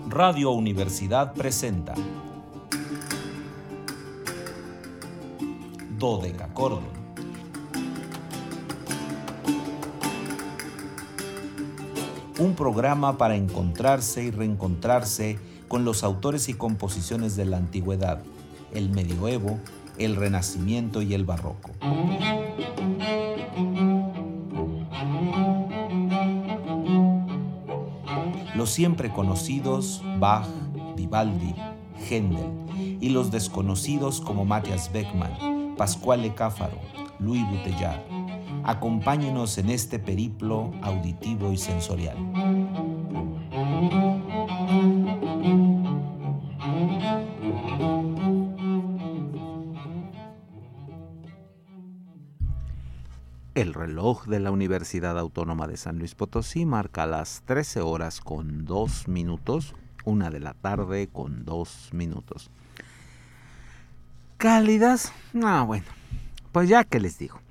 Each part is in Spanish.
Radio Universidad presenta Dodecacordon. Un programa para encontrarse y reencontrarse con los autores y composiciones de la antigüedad, el medioevo, el renacimiento y el barroco. Los siempre conocidos Bach, Vivaldi, Händel y los desconocidos como Matthias Beckmann, Pasquale Cáfaro, Louis Bouteillard. Acompáñenos en este periplo auditivo y sensorial. El reloj de la Universidad Autónoma de San Luis Potosí marca las 13 horas con 2 minutos, 1 de la tarde con 2 minutos. ¿Cálidas? Bueno, pues ya que les digo.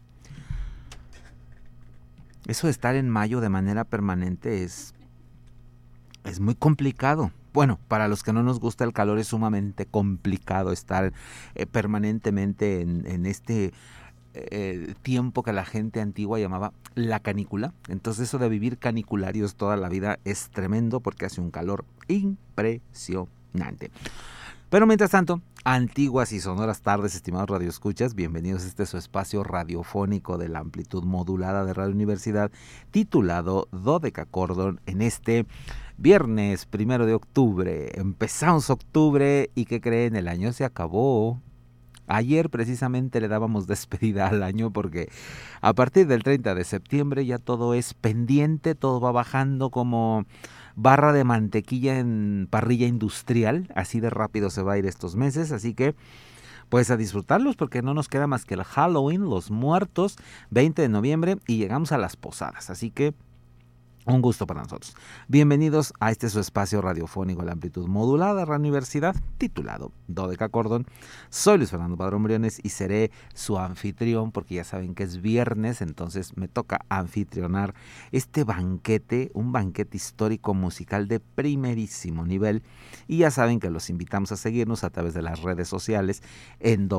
Eso de estar en mayo de manera permanente es muy complicado. Bueno, para los que no nos gusta el calor es sumamente complicado estar permanentemente en este tiempo que la gente antigua llamaba la canícula. Entonces eso de vivir canicularios toda la vida es tremendo porque hace un calor impresionante. Pero mientras tanto, antiguas y sonoras tardes, estimados radioescuchas, bienvenidos a este su espacio radiofónico de la amplitud modulada de Radio Universidad, titulado Dodecacordon, en este viernes 1 de octubre. Empezamos octubre y ¿qué creen? El año se acabó. Ayer precisamente le dábamos despedida al año porque a partir del 30 de septiembre ya todo es pendiente, todo va bajando como barra de mantequilla en parrilla industrial, así de rápido se va a ir estos meses, así que pues a disfrutarlos porque no nos queda más que el Halloween, los muertos, 20 de noviembre y llegamos a las posadas, así que un gusto para nosotros. Bienvenidos a este su espacio radiofónico de la amplitud modulada de la Universidad, titulado Dodecacordon. Soy Luis Fernando Padrón Briones y seré su anfitrión porque ya saben que es viernes, entonces me toca anfitrionar este banquete, un banquete histórico musical de primerísimo nivel. Y ya saben que los invitamos a seguirnos a través de las redes sociales en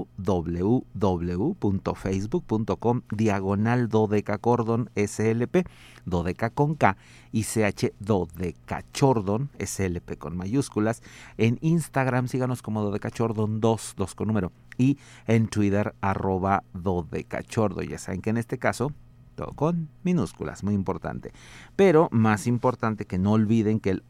www.facebook.com/Dodecacordon SLP, Dodeca con K y CH Dodecachordon, SLP con mayúsculas. En Instagram síganos como Dodecachordon 2 con número. Y en Twitter @Dodecachordo. Ya saben que en este caso todo con minúsculas, muy importante. Pero más importante que no olviden que el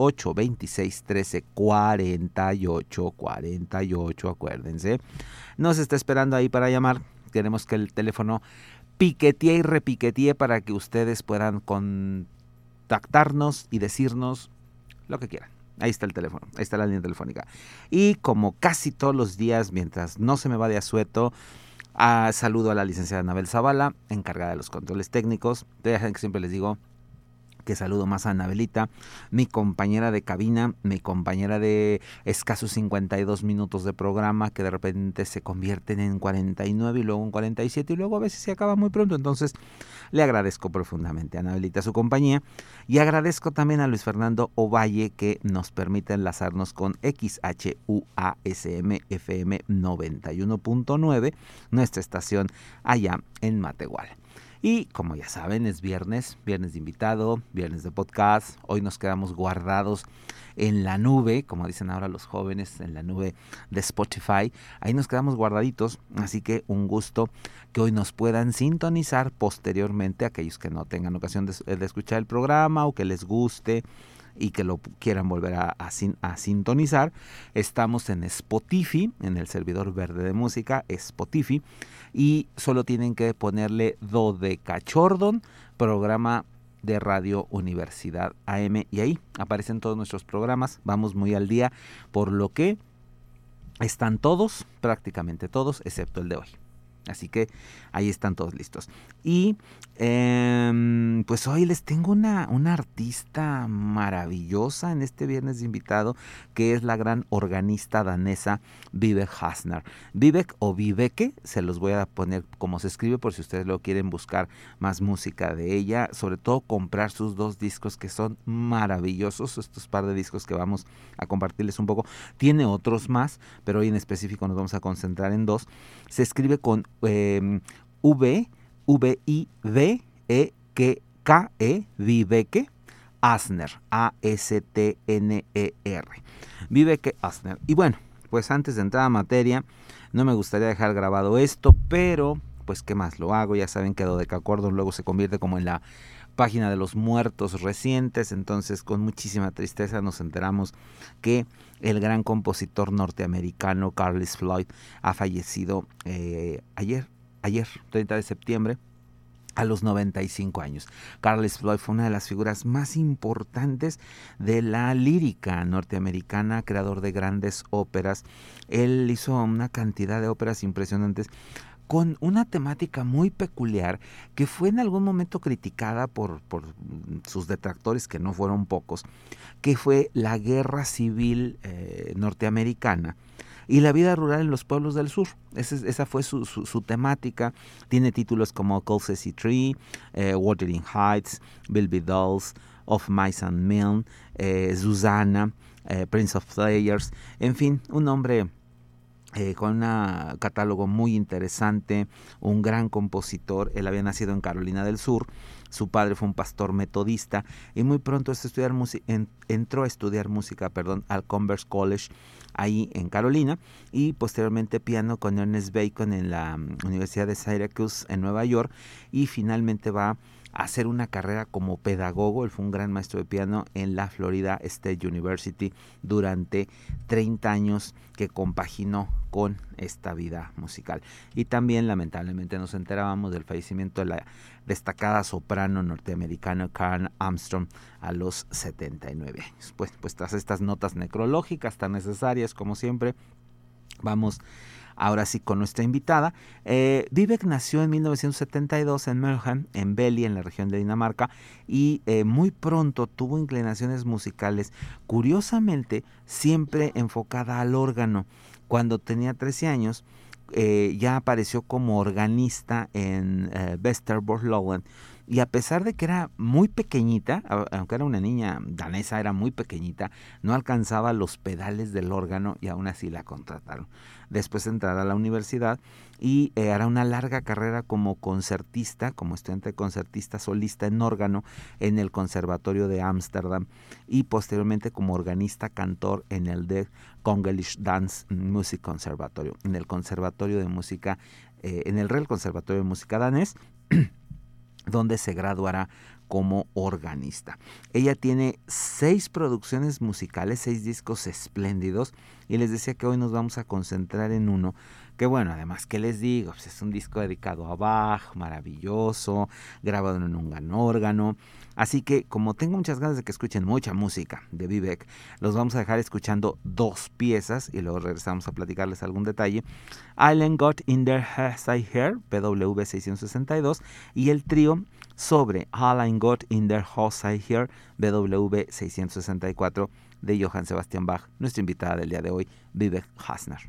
826-13-48, acuérdense, nos está esperando ahí para llamar. Queremos que el teléfono piquetee y repiquetee para que ustedes puedan contactarnos y decirnos lo que quieran. Ahí está el teléfono, ahí está la línea telefónica. Y como casi todos los días, mientras no se me va de asueto, saludo a la licenciada Anabel Zavala, encargada de los controles técnicos. Ya saben que siempre les digo que saludo más a Anabelita, mi compañera de cabina, mi compañera de escasos 52 minutos de programa que de repente se convierten en 49 y luego en 47 y luego a veces se acaba muy pronto. Entonces le agradezco profundamente a Anabelita su compañía y agradezco también a Luis Fernando Ovalle que nos permite enlazarnos con XHUASM FM 91.9, nuestra estación allá en Matehuala. Y como ya saben, es viernes de invitado, viernes de podcast. Hoy nos quedamos guardados en la nube, como dicen ahora los jóvenes, en la nube de Spotify. Ahí nos quedamos guardaditos, así que un gusto que hoy nos puedan sintonizar posteriormente, aquellos que no tengan ocasión de escuchar el programa o que les guste y que lo quieran volver a sintonizar. Estamos en Spotify, en el servidor verde de música, Spotify, y solo tienen que ponerle Dodecachordon, programa de Radio Universidad AM, y ahí aparecen todos nuestros programas. Vamos muy al día, por lo que están todos, prácticamente todos, excepto el de hoy. Así que ahí están todos listos. Y pues hoy les tengo una artista maravillosa en este viernes de invitado, que es la gran organista danesa Vibeke Hasner. Vibeke o Vibeke, se los voy a poner como se escribe por si ustedes lo quieren buscar más música de ella, sobre todo comprar sus 2 discos que son maravillosos, estos par de discos que vamos a compartirles un poco. Tiene otros más, pero hoy en específico nos vamos a concentrar en 2. Se escribe con V-I-V-E-K-E, Vibeke Hasner, A-S-T-N-E-R. Vibeke Hasner. Y bueno, pues antes de entrar a materia, no me gustaría dejar grabado esto, pero pues qué más lo hago. Ya saben que Dodecacordon luego se convierte como en la página de los muertos recientes, entonces con muchísima tristeza nos enteramos que el gran compositor norteamericano Carlos Floyd ha fallecido ayer, 30 de septiembre, a los 95 años. Carlos Floyd fue una de las figuras más importantes de la lírica norteamericana, creador de grandes óperas. Él hizo una cantidad de óperas impresionantes con una temática muy peculiar que fue en algún momento criticada por sus detractores, que no fueron pocos, que fue la guerra civil norteamericana y la vida rural en los pueblos del sur. Esa fue su temática. Tiene títulos como Cold Ceci Tree, Wuthering Heights, Bilby Dolls, Of Mice and Men, Susanna, Prince of Players, en fin, un hombre con un catálogo muy interesante, un gran compositor. Él había nacido en Carolina del Sur, su padre fue un pastor metodista y muy pronto entró a estudiar música al Converse College ahí en Carolina, y posteriormente piano con Ernest Bacon en la Universidad de Syracuse en Nueva York, y finalmente va a hacer una carrera como pedagogo. Él fue un gran maestro de piano en la Florida State University durante 30 años, que compaginó con esta vida musical. Y también lamentablemente nos enterábamos del fallecimiento de la destacada soprano norteamericana Karen Armstrong a los 79 años. Pues tras estas notas necrológicas tan necesarias como siempre, vamos ahora sí con nuestra invitada. Vibeke nació en 1972 en Mölndal, en Beli, en la región de Dinamarca, y muy pronto tuvo inclinaciones musicales, curiosamente siempre enfocada al órgano. Cuando tenía 13 años, ya apareció como organista en Västerbotten, y a pesar de que era muy pequeñita, aunque era una niña danesa, era muy pequeñita, no alcanzaba los pedales del órgano y aún así la contrataron. Después entrará a la universidad y hará una larga carrera como concertista, como estudiante concertista solista en órgano en el Conservatorio de Ámsterdam, y posteriormente como organista cantor en el De Kongelish Dance Music Conservatorio, en el Conservatorio de Música, en el Real Conservatorio de Música danés, donde se graduará como organista. Ella tiene 6 producciones musicales, 6 discos espléndidos, y les decía que hoy nos vamos a concentrar en uno que, bueno, además, ¿qué les digo? Pues es un disco dedicado a Bach, maravilloso, grabado en un gran órgano. Así que, como tengo muchas ganas de que escuchen mucha música de Vibeke, los vamos a dejar escuchando 2 piezas y luego regresamos a platicarles algún detalle. Island Got in Their High Hair, PW 662, y el trío sobre Island Got in Their High Hair, BW 664, de Johann Sebastian Bach, nuestra invitada del día de hoy, Vibeke Hasner.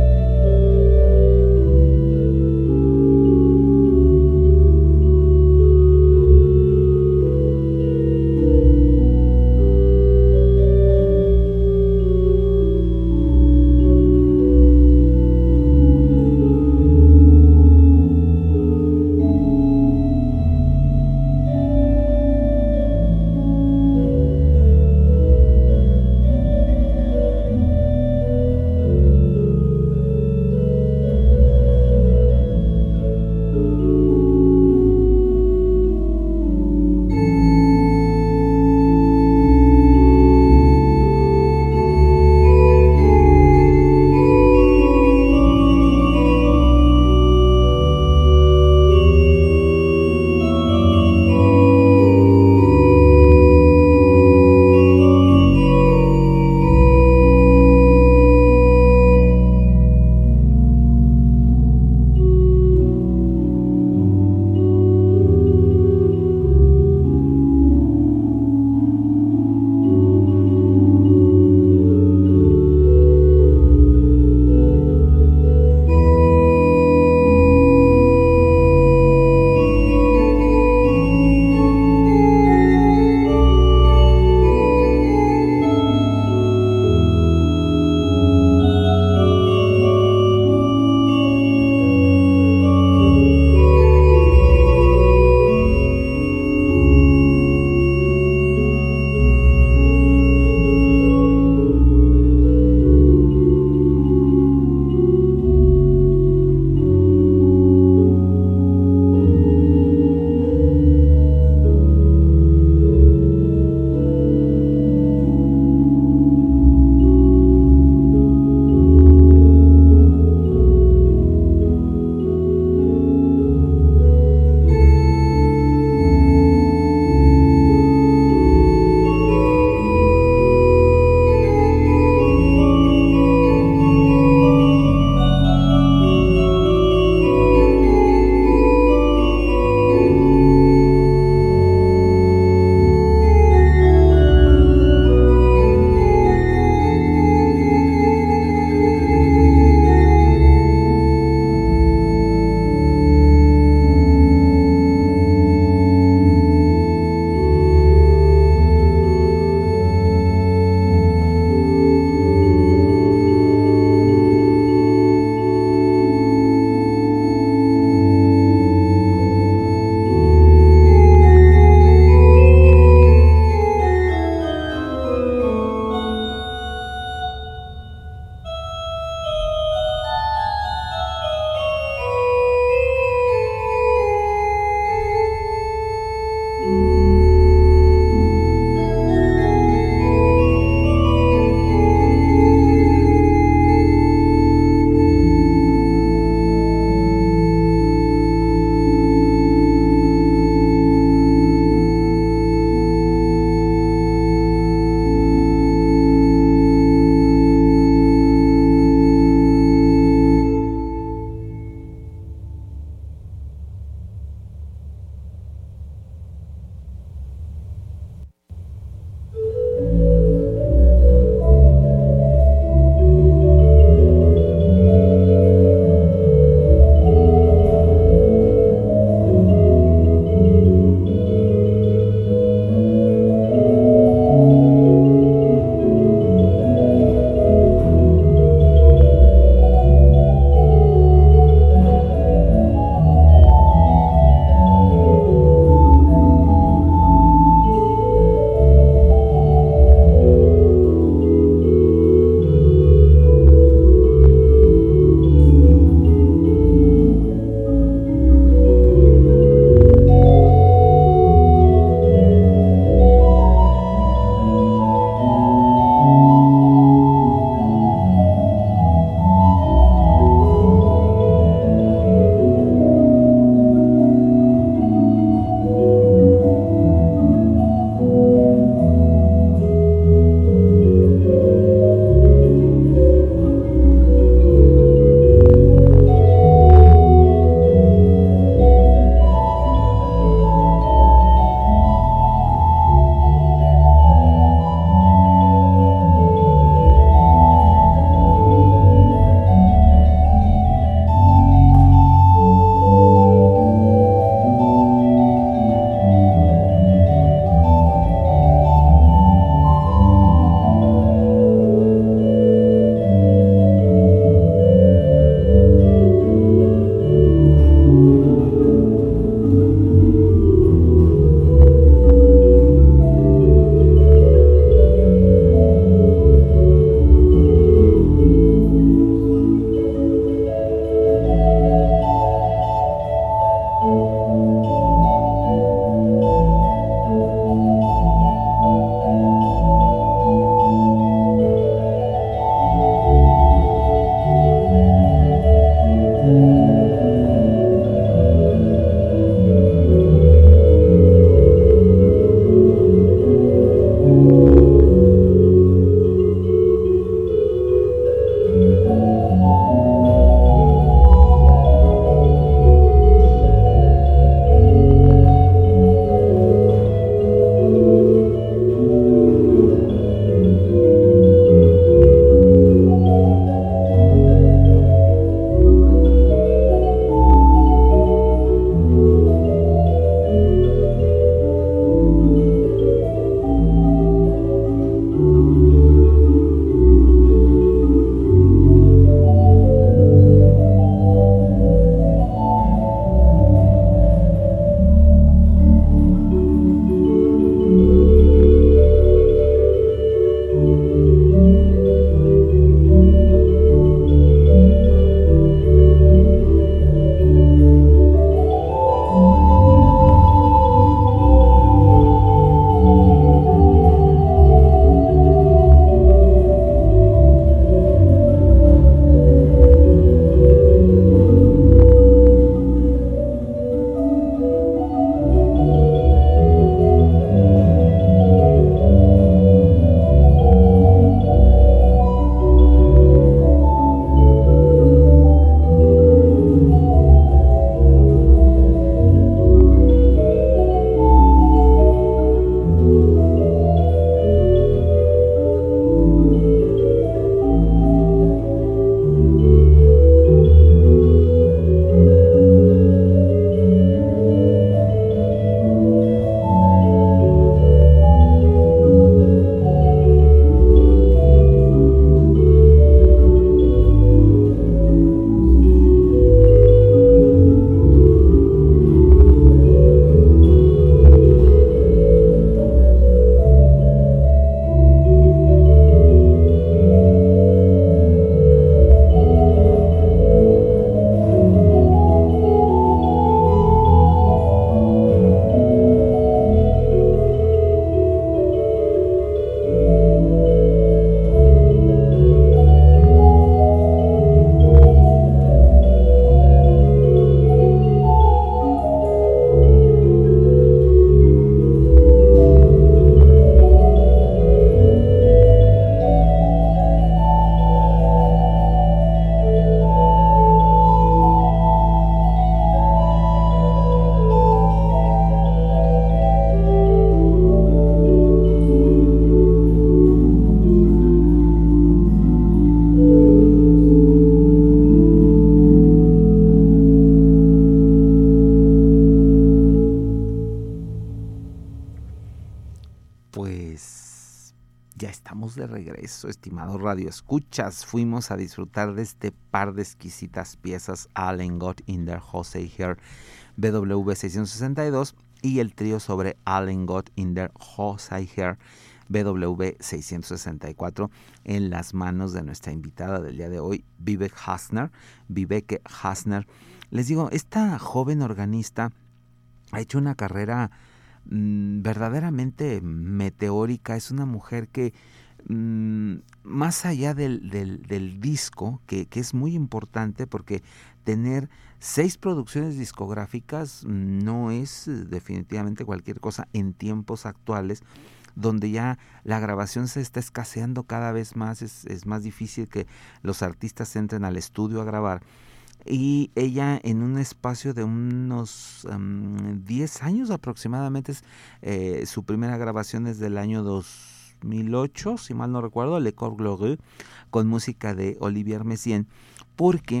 Pues ya estamos de regreso, estimado Radio Escuchas. Fuimos a disfrutar de este par de exquisitas piezas, Allen Gott in der Hoseiher BW 662 y el trío sobre Allen Gott in der Hoseiher BW 664 en las manos de nuestra invitada del día de hoy, Vibeke Hasner. Les digo, esta joven organista ha hecho una carrera verdaderamente meteórica. Es una mujer que más allá del disco, que es muy importante porque tener 6 producciones discográficas no es definitivamente cualquier cosa en tiempos actuales, donde ya la grabación se está escaseando cada vez más, es más difícil que los artistas entren al estudio a grabar. Y ella en un espacio de unos 10 años aproximadamente, su primera grabación es del año 2008, si mal no recuerdo, Le Cor Glorieux, con música de Olivier Messiaen, porque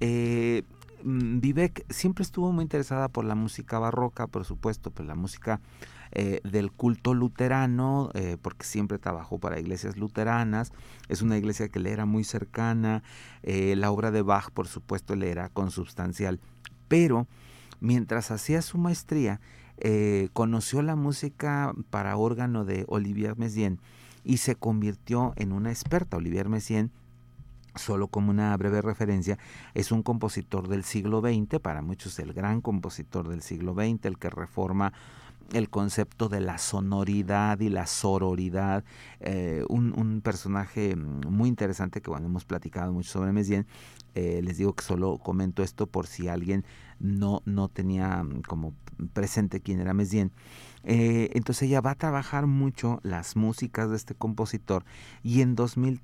Vivek siempre estuvo muy interesada por la música barroca, por supuesto, por la música del culto luterano, porque siempre trabajó para iglesias luteranas. Es una iglesia que le era muy cercana. La obra de Bach, por supuesto, le era consubstancial. Pero mientras hacía su maestría, conoció la música para órgano de Olivier Messiaen y se convirtió en una experta. Olivier Messiaen, solo como una breve referencia, es un compositor del siglo XX, para muchos el gran compositor del siglo XX, el que reforma el concepto de la sonoridad y la sororidad, un personaje muy interesante que bueno, hemos platicado mucho sobre Messiaen. Les digo que solo comento esto por si alguien no tenía como presente quién era Messiaen. Entonces ella va a trabajar mucho las músicas de este compositor y en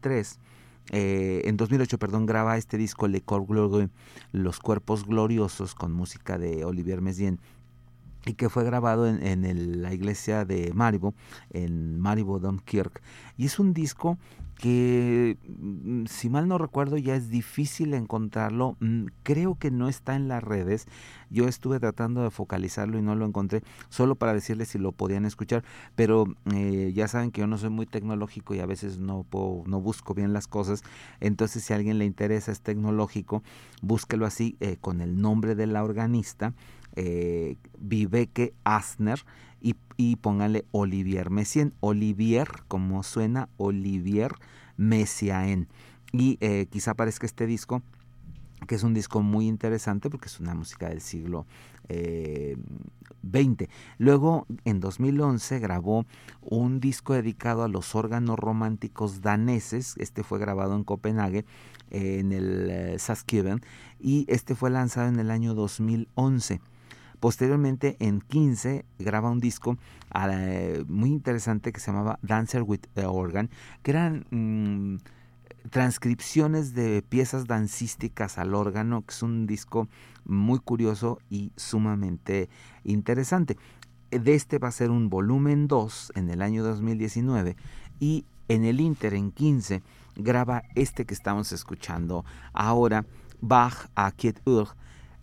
2008, graba este disco Le Cor Glorieux, Los Cuerpos Gloriosos, con música de Olivier Messiaen, y que fue grabado en la iglesia de Maribo, en Maribo Domkirk. Y es un disco que, si mal no recuerdo, ya es difícil encontrarlo. Creo que no está en las redes. Yo estuve tratando de focalizarlo y no lo encontré, solo para decirles si lo podían escuchar, pero ya saben que yo no soy muy tecnológico y a veces no busco bien las cosas. Entonces, si a alguien le interesa, es tecnológico, búsquelo así, con el nombre de la organista, Vibeke Hasner, y póngale Olivier Messiaen. Olivier, como suena, Olivier Messiaen. Y quizá aparezca este disco, que es un disco muy interesante porque es una música del siglo XX. Luego, en 2011, grabó un disco dedicado a los órganos románticos daneses. Este fue grabado en Copenhague, en el Saskieven, y este fue lanzado en el año 2011. Posteriormente, en 15, graba un disco muy interesante que se llamaba Dancer with Organ, que eran transcripciones de piezas dancísticas al órgano, que es un disco muy curioso y sumamente interesante. De este va a ser un volumen 2 en el año 2019, y en el ínter, en 15, graba este que estamos escuchando ahora, Bach a Quiet Ur,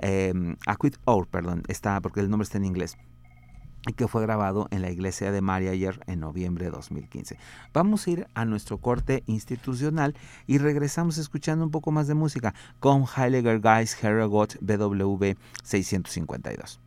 está porque el nombre está en inglés, y que fue grabado en la iglesia de Mariager en noviembre de 2015. Vamos a ir a nuestro corte institucional y regresamos escuchando un poco más de música con Heiliger Geist Herrgott BW 652.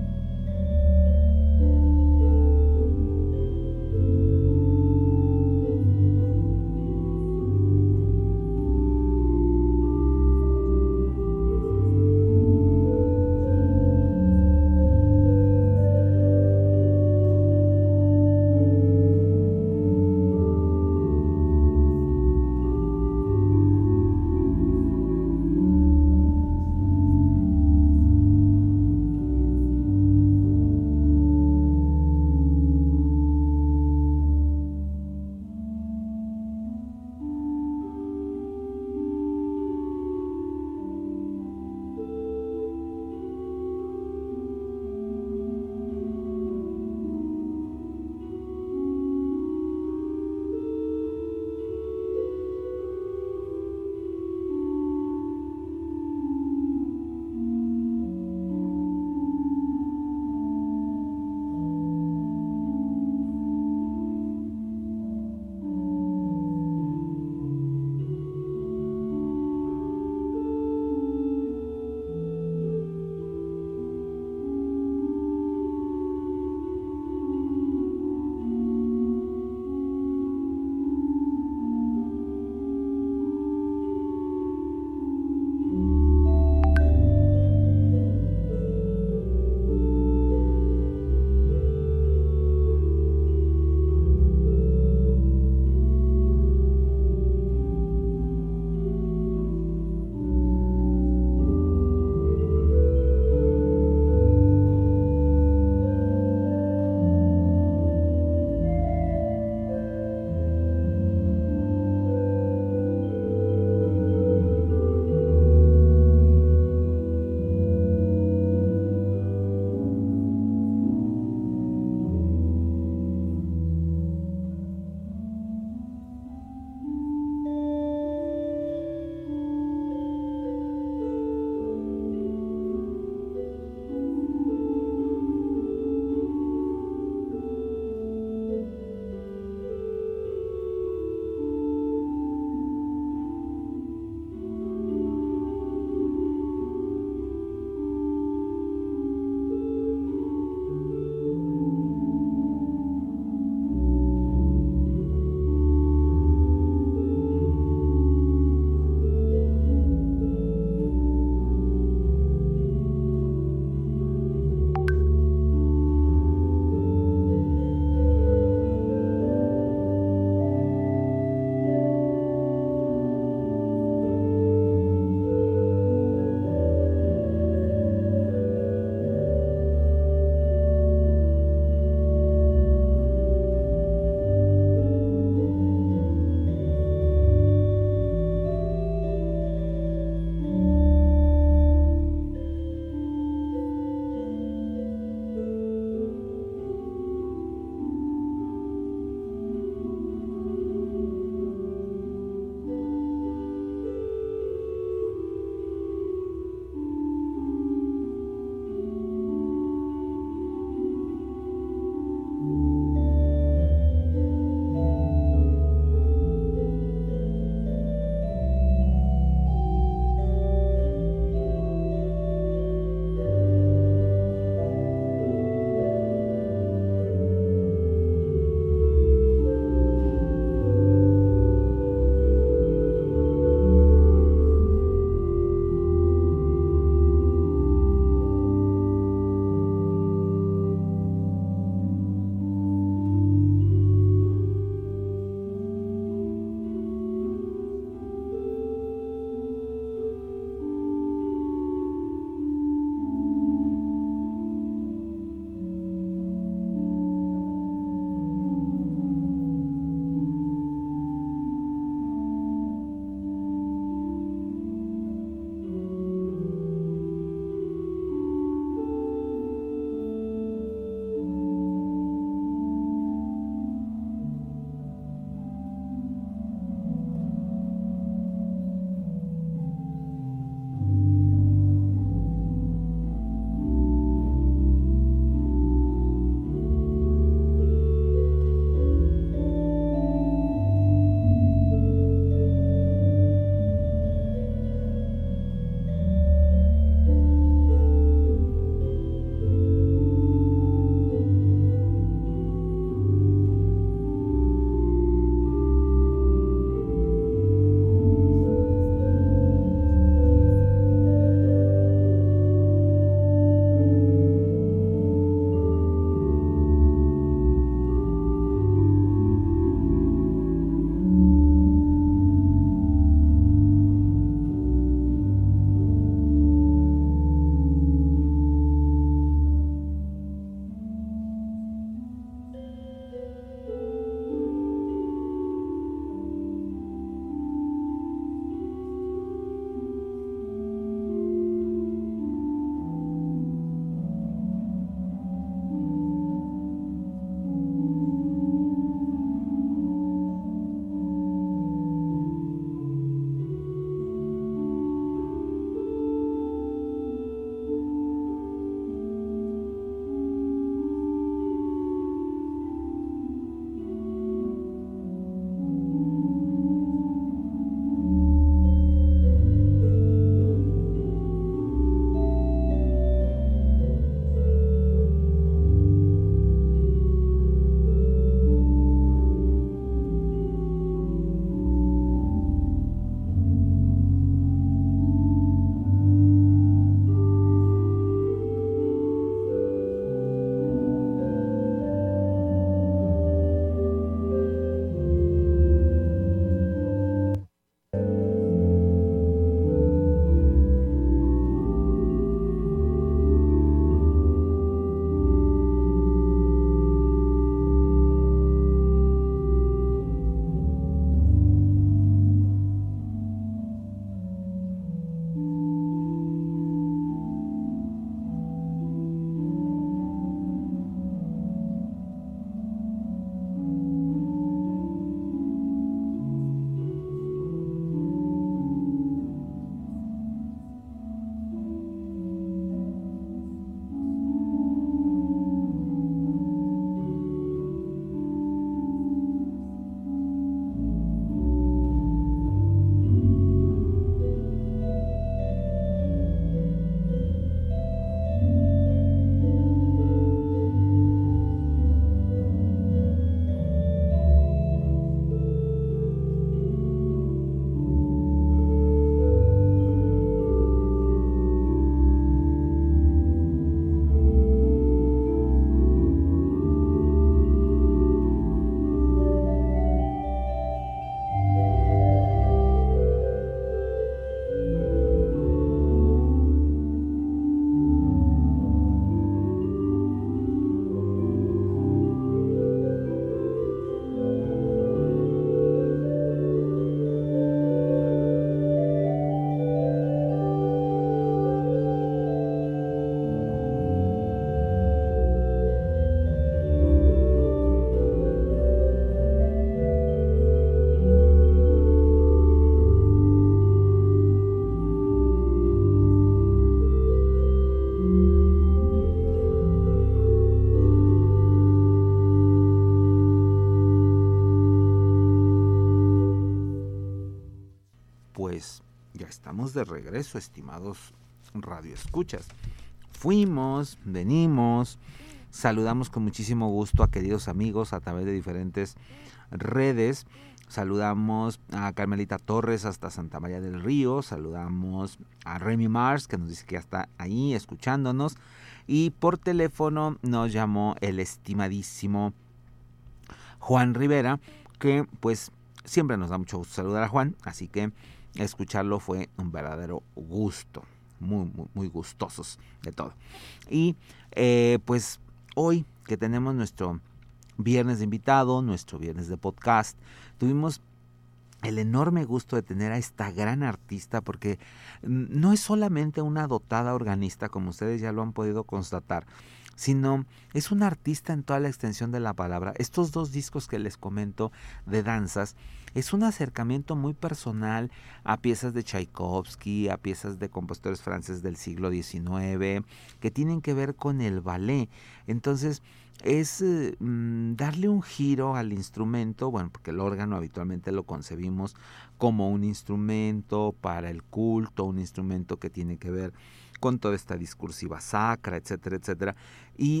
estamos de regreso, estimados radioescuchas. Fuimos, venimos, saludamos con muchísimo gusto a queridos amigos a través de diferentes redes. Saludamos a Carmelita Torres hasta Santa María del Río. Saludamos a Remy Mars, que nos dice que ya está ahí escuchándonos. Y por teléfono nos llamó el estimadísimo Juan Rivera, que pues siempre nos da mucho gusto saludar a Juan, así que escucharlo fue un verdadero gusto, muy gustosos de todo. Y pues hoy que tenemos nuestro viernes de invitado, nuestro viernes de podcast, tuvimos el enorme gusto de tener a esta gran artista, porque no es solamente una dotada organista, como ustedes ya lo han podido constatar, sino es una artista en toda la extensión de la palabra. Estos 2 discos que les comento de danzas es un acercamiento muy personal a piezas de Tchaikovsky, a piezas de compositores franceses del siglo XIX, que tienen que ver con el ballet. Entonces es darle un giro al instrumento, bueno, porque el órgano habitualmente lo concebimos como un instrumento para el culto, un instrumento que tiene que ver con toda esta discursiva sacra, etcétera, etcétera. Y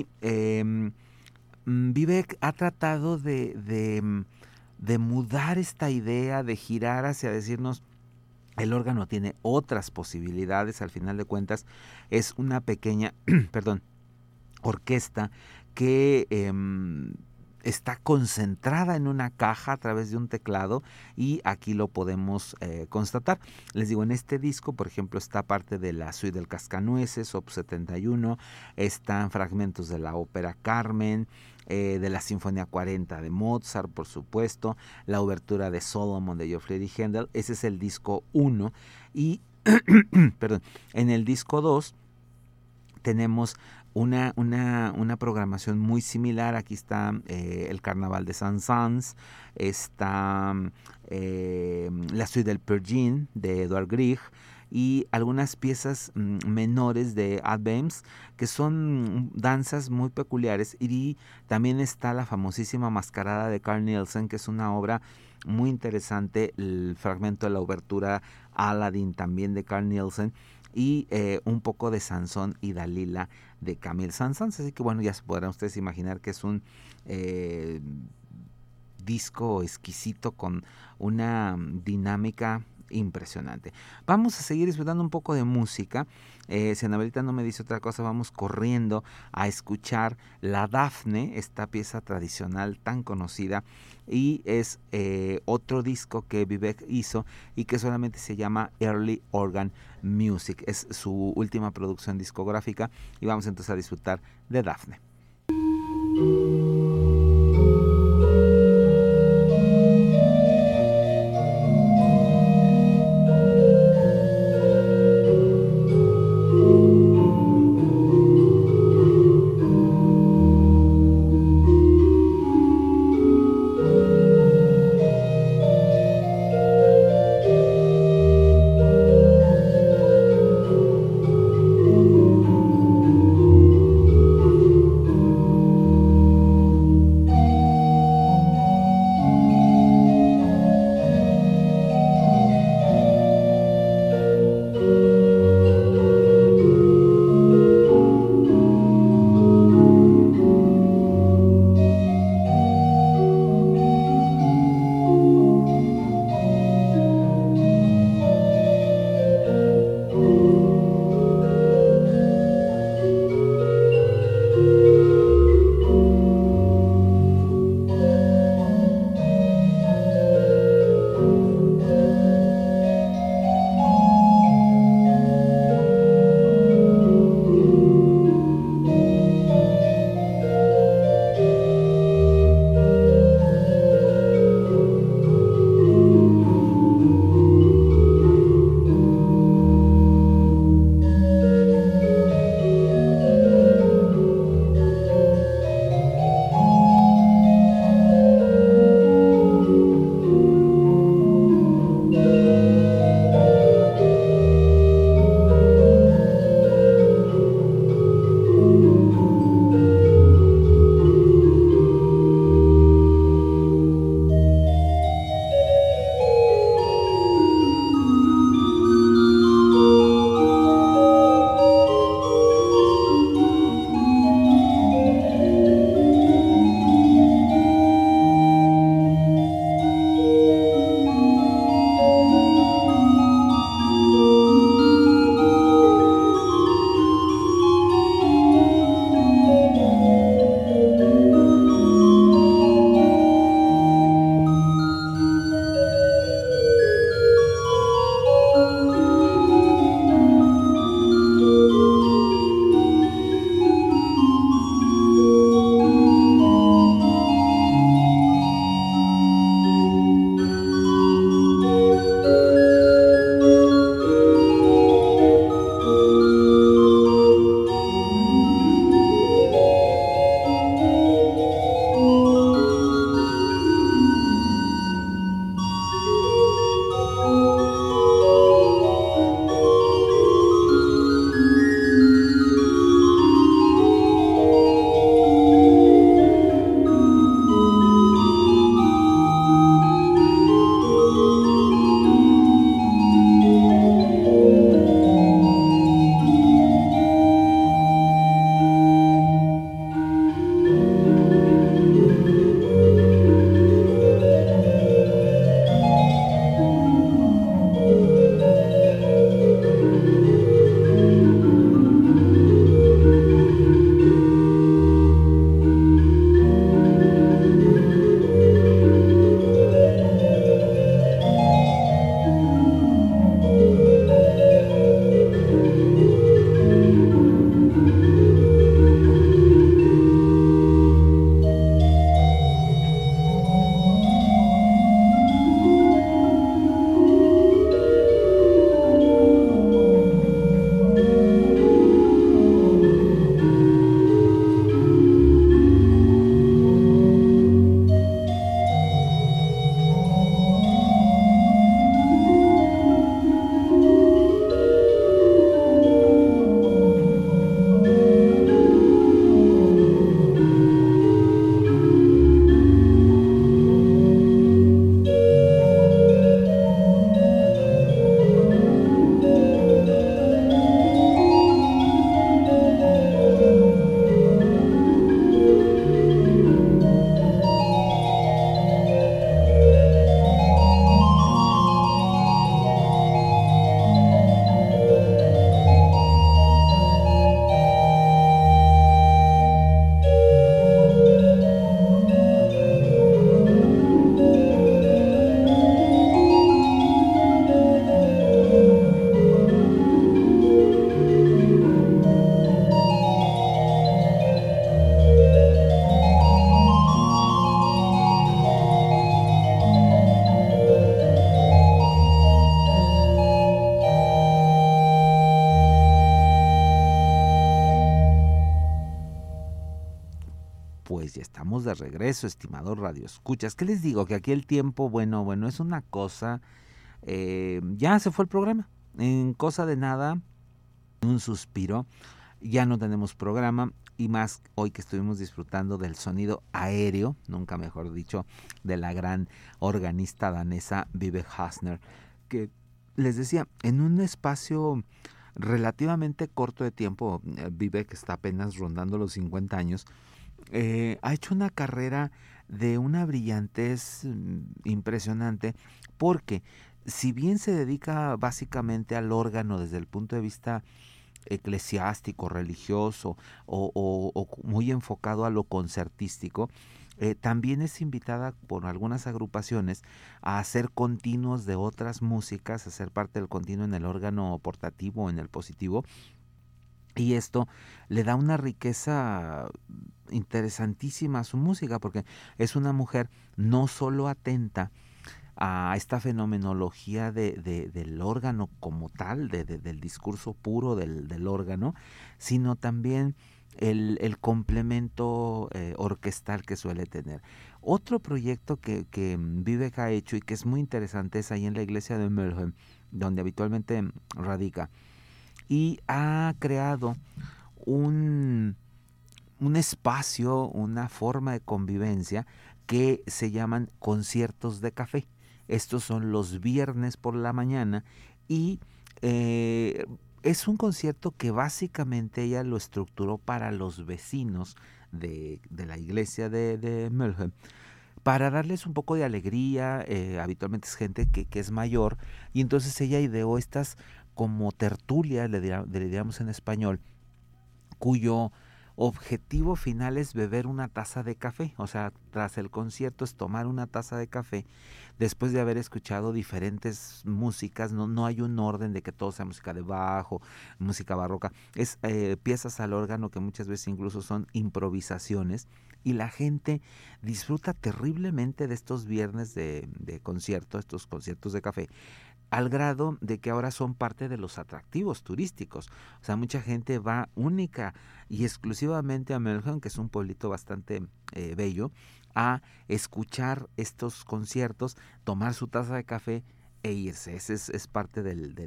Vivek ha tratado de mudar esta idea, de girar hacia decirnos, el órgano tiene otras posibilidades. Al final de cuentas es una pequeña orquesta que está concentrada en una caja a través de un teclado, y aquí lo podemos constatar. Les digo, en este disco, por ejemplo, está parte de la suite del Cascanueces, Op. 71, están fragmentos de la ópera Carmen, de la Sinfonía 40 de Mozart, por supuesto, la obertura de Solomon de Geoffrey Händel. Ese es el disco 1, y en el disco 2 tenemos una programación muy similar. Aquí está el Carnaval de Saint-Saëns, está la suite del Pergine de Edvard Grieg, y algunas piezas menores de Adbems, que son danzas muy peculiares. Y también está la famosísima Mascarada de Carl Nielsen, que es una obra muy interesante, el fragmento de la obertura Aladdin también de Carl Nielsen, y un poco de Sansón y Dalila de Camille Saint-Saëns. Así que bueno, ya se podrán ustedes imaginar que es un disco exquisito con una dinámica impresionante. Vamos a seguir disfrutando un poco de música. Si Anabelita no me dice otra cosa, vamos corriendo a escuchar la Dafne, esta pieza tradicional tan conocida, y es otro disco que Vivek hizo y que solamente se llama Early Organ Music. Es su última producción discográfica, y vamos entonces a disfrutar de Dafne. Pues ya estamos de regreso, estimado Radio Escuchas. ¿Qué les digo? Que aquí el tiempo, bueno, es una cosa. Ya se fue el programa. En cosa de nada, un suspiro. Ya no tenemos programa. Y más hoy que estuvimos disfrutando del sonido aéreo, nunca mejor dicho, de la gran organista danesa Vibeke Hasner, que les decía, en un espacio relativamente corto de tiempo, Vibeke está apenas rondando los 50 años, ha hecho una carrera de una brillantez impresionante, porque si bien se dedica básicamente al órgano desde el punto de vista eclesiástico, religioso o muy enfocado a lo concertístico, también es invitada por algunas agrupaciones a hacer continuos de otras músicas, a ser parte del continuo en el órgano portativo o en el positivo, y esto le da una riqueza interesantísima a su música, porque es una mujer no solo atenta a esta fenomenología del órgano como tal, del discurso puro del órgano, sino también el complemento orquestal que suele tener. Otro proyecto que Vivek ha hecho y que es muy interesante es ahí en la iglesia de Mülheim, donde habitualmente radica, y ha creado un espacio, una forma de convivencia que se llaman conciertos de café. Estos son los viernes por la mañana y es un concierto que básicamente ella lo estructuró para los vecinos de la iglesia de Mülheim, para darles un poco de alegría. Habitualmente es gente que es mayor, y entonces ella ideó estas como tertulias, le diríamos en español, cuyo objetivo final es beber una taza de café. O sea, tras el concierto es tomar una taza de café después de haber escuchado diferentes músicas. No hay un orden de que todo sea música de bajo, música barroca. Es piezas al órgano que muchas veces incluso son improvisaciones, y la gente disfruta terriblemente de estos viernes de concierto, estos conciertos de café, al grado de que ahora son parte de los atractivos turísticos. O sea, mucha gente va única y exclusivamente a Mülheim, que es un pueblito bastante bello, a escuchar estos conciertos, tomar su taza de café e irse. Ese es parte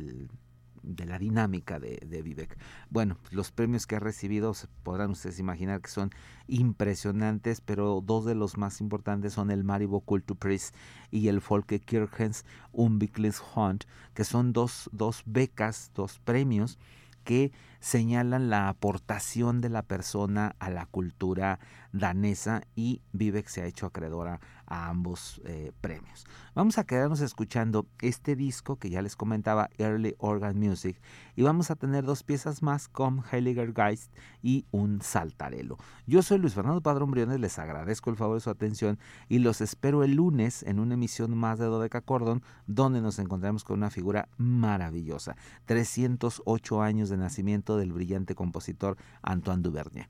de la dinámica de Vivek. Bueno, los premios que ha recibido podrán ustedes imaginar que son impresionantes, pero dos de los más importantes son el Maribor Kulturpris y el Folkekirchens Utviklingsfond, que son dos becas, dos premios que señalan la aportación de la persona a la cultura danesa, y Vivek se ha hecho acreedora a ambos premios. Vamos a quedarnos escuchando este disco que ya les comentaba, Early Organ Music, y vamos a tener dos piezas más con Heiliger Geist y un saltarello. Yo soy Luis Fernando Padrón Briones, les agradezco el favor de su atención y los espero el lunes en una emisión más de Dodecacordon, donde nos encontraremos con una figura maravillosa. 308 años de nacimiento del brillante compositor Antoine Duvernay.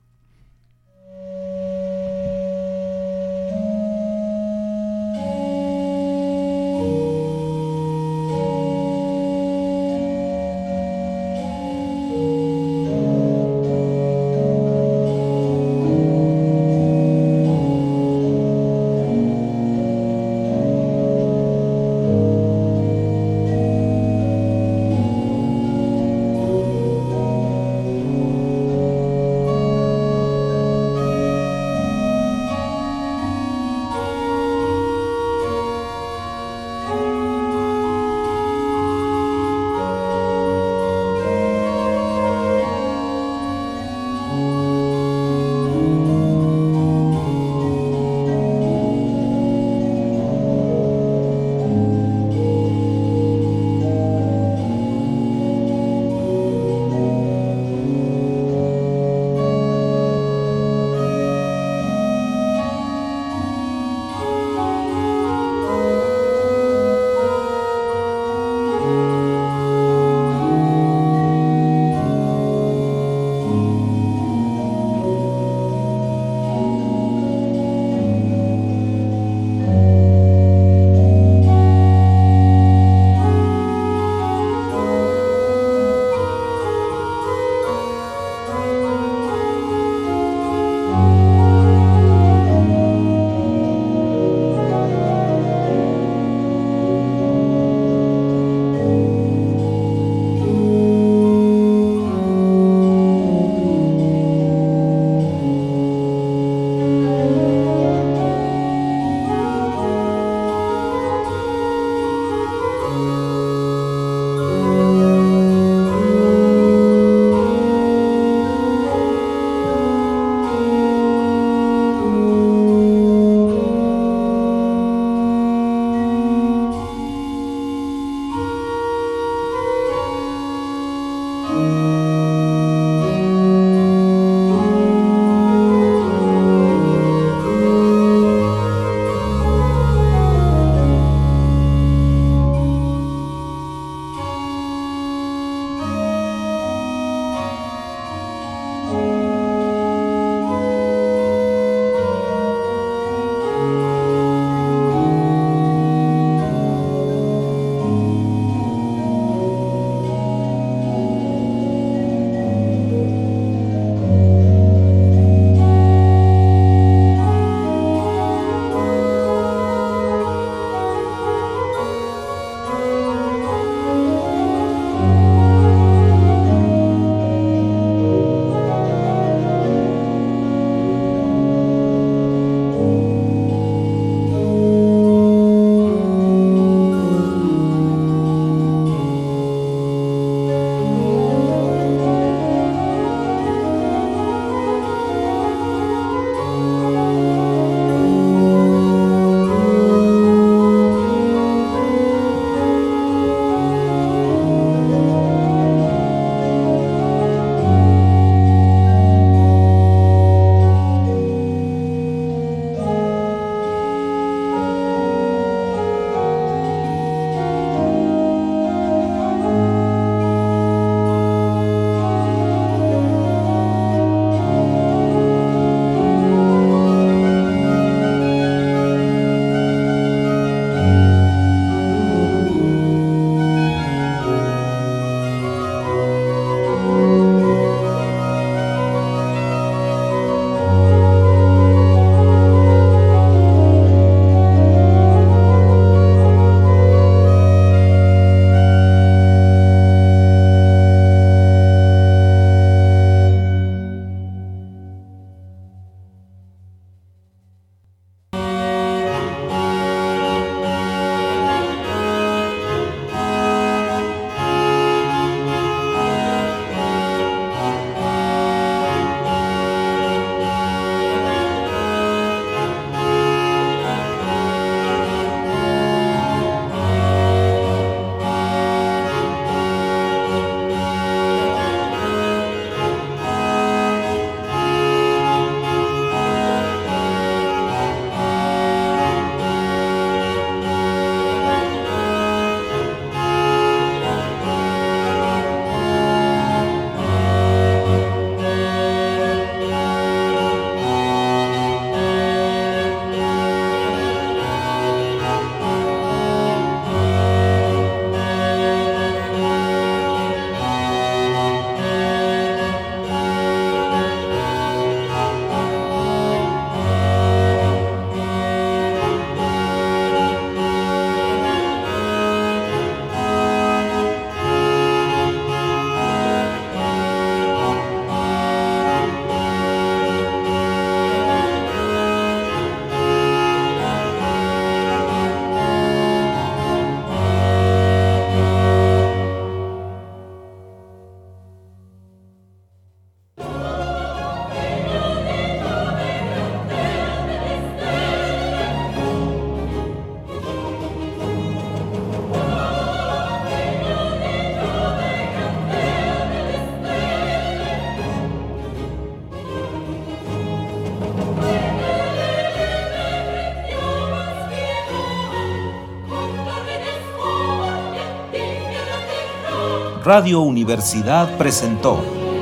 Radio Universidad presentó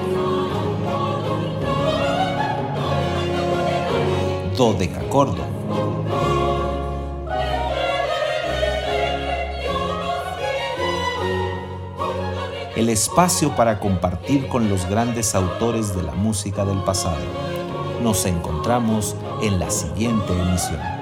Dodecacordo. El espacio para compartir con los grandes autores de la música del pasado. Nos encontramos en la siguiente emisión.